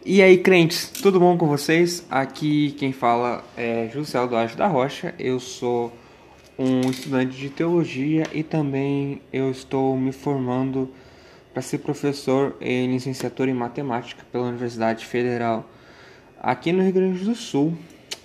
E aí, crentes, tudo bom com vocês? Aqui quem fala é José Duarte da Rocha. Eu sou um estudante de teologia e também eu estou me formando para ser professor em licenciatura em matemática pela Universidade Federal aqui no Rio Grande do Sul.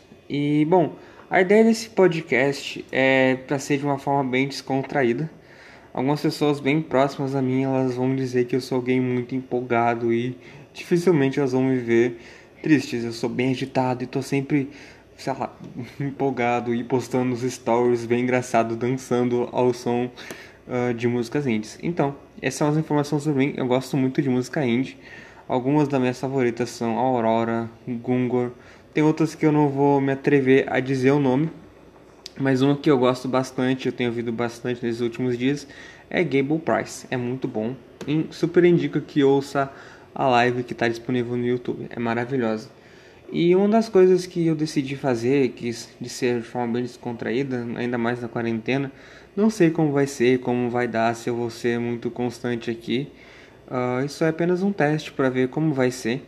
E bom, a ideia desse podcast é para ser de uma forma bem descontraída. Algumas pessoas bem próximas a mim, elas vão me dizer que eu sou alguém muito empolgado e dificilmente elas vão me ver tristes. Eu sou bem agitado e tô sempre, sei lá, empolgado e postando os stories bem engraçado, dançando ao som de músicas indies. Então, essas são as informações sobre mim. Eu gosto muito de música indie. Algumas das minhas favoritas são Aurora, Gungor. Tem outras que eu não vou me atrever a dizer o nome, mas uma que eu gosto bastante, eu tenho ouvido bastante nesses últimos dias, é Gable Price. É muito bom. Super indico que ouça a live que está disponível no YouTube. É maravilhosa. E uma das coisas que eu decidi fazer, de ser de forma bem descontraída, ainda mais na quarentena, não sei como vai ser, como vai dar, se eu vou ser muito constante aqui. Isso é apenas um teste para ver como vai ser.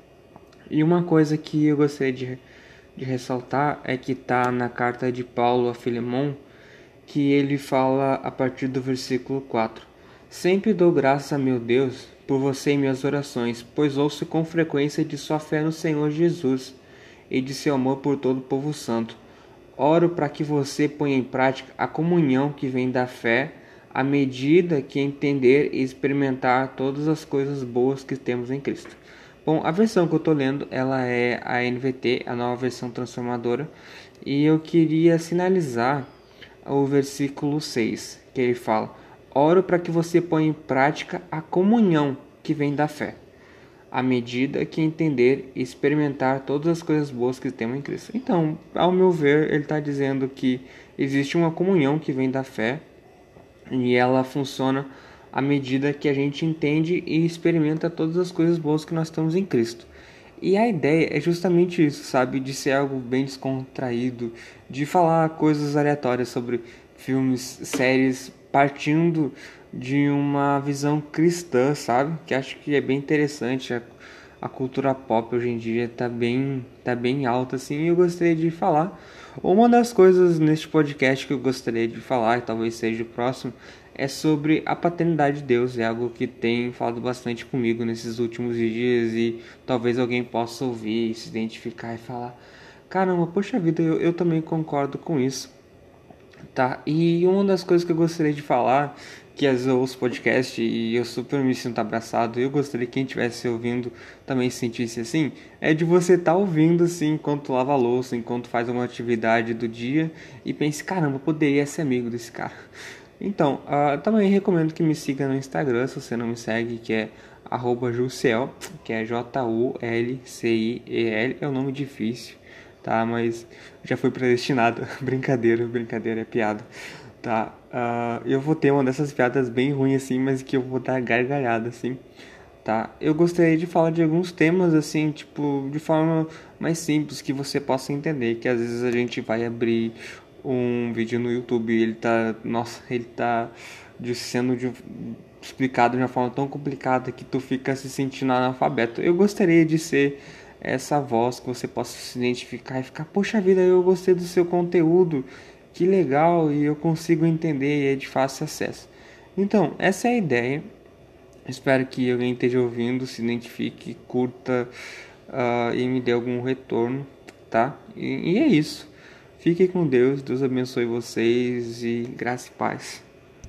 E uma coisa que eu gostaria de ressaltar é que está na carta de Paulo a Filemon, que ele fala a partir do versículo 4. Sempre dou graças a meu Deus por você em minhas orações, pois ouço com frequência de sua fé no Senhor Jesus e de seu amor por todo o povo santo. Oro para que você ponha em prática a comunhão que vem da fé, à medida que entender e experimentar todas as coisas boas que temos em Cristo. Bom, a versão que eu estou lendo, ela é a NVT, a nova versão transformadora, e eu queria sinalizar o versículo 6, que ele fala: oro para que você ponha em prática a comunhão que vem da fé, à medida que entender e experimentar todas as coisas boas que temos em Cristo. Então, ao meu ver, ele está dizendo que existe uma comunhão que vem da fé e ela funciona à medida que a gente entende e experimenta todas as coisas boas que nós temos em Cristo. E a ideia é justamente isso, sabe? De ser algo bem descontraído, de falar coisas aleatórias sobre filmes, séries, partindo de uma visão cristã, sabe? Que acho que é bem interessante. A cultura pop hoje em dia tá bem alta, assim, e eu gostaria de falar. Uma das coisas neste podcast que eu gostaria de falar, e talvez seja o próximo, é sobre a paternidade de Deus. É algo que tem falado bastante comigo nesses últimos dias e talvez alguém possa ouvir, se identificar e falar: caramba, poxa vida, eu também concordo com isso. Tá, e uma das coisas que eu gostaria de falar, que às vezes eu ouço podcast e eu super me sinto abraçado, eu gostaria que quem estivesse ouvindo também se sentisse assim, é de você estar ouvindo assim enquanto lava a louça, enquanto faz alguma atividade do dia e pense: caramba, eu poderia ser amigo desse cara. Então, também recomendo que me siga no Instagram, se você não me segue, que é @Julciel, que é Julciel, é um nome difícil, tá? Mas já foi predestinado. Brincadeira, é piada, tá? Eu vou ter uma dessas piadas bem ruins assim, mas que eu vou dar gargalhada assim, tá? Eu gostaria de falar de alguns temas assim, tipo, de forma mais simples que você possa entender, que às vezes a gente vai abrir um vídeo no YouTube e ele tá explicado de uma forma tão complicada que tu fica se sentindo analfabeto. Eu gostaria de ser essa voz que você possa se identificar e ficar: poxa vida, eu gostei do seu conteúdo, que legal, e eu consigo entender e é de fácil acesso. Então, essa é a ideia. Espero que alguém esteja ouvindo, se identifique, curta, e me dê algum retorno, tá? E é isso. Fiquem com Deus, Deus abençoe vocês e graça e paz.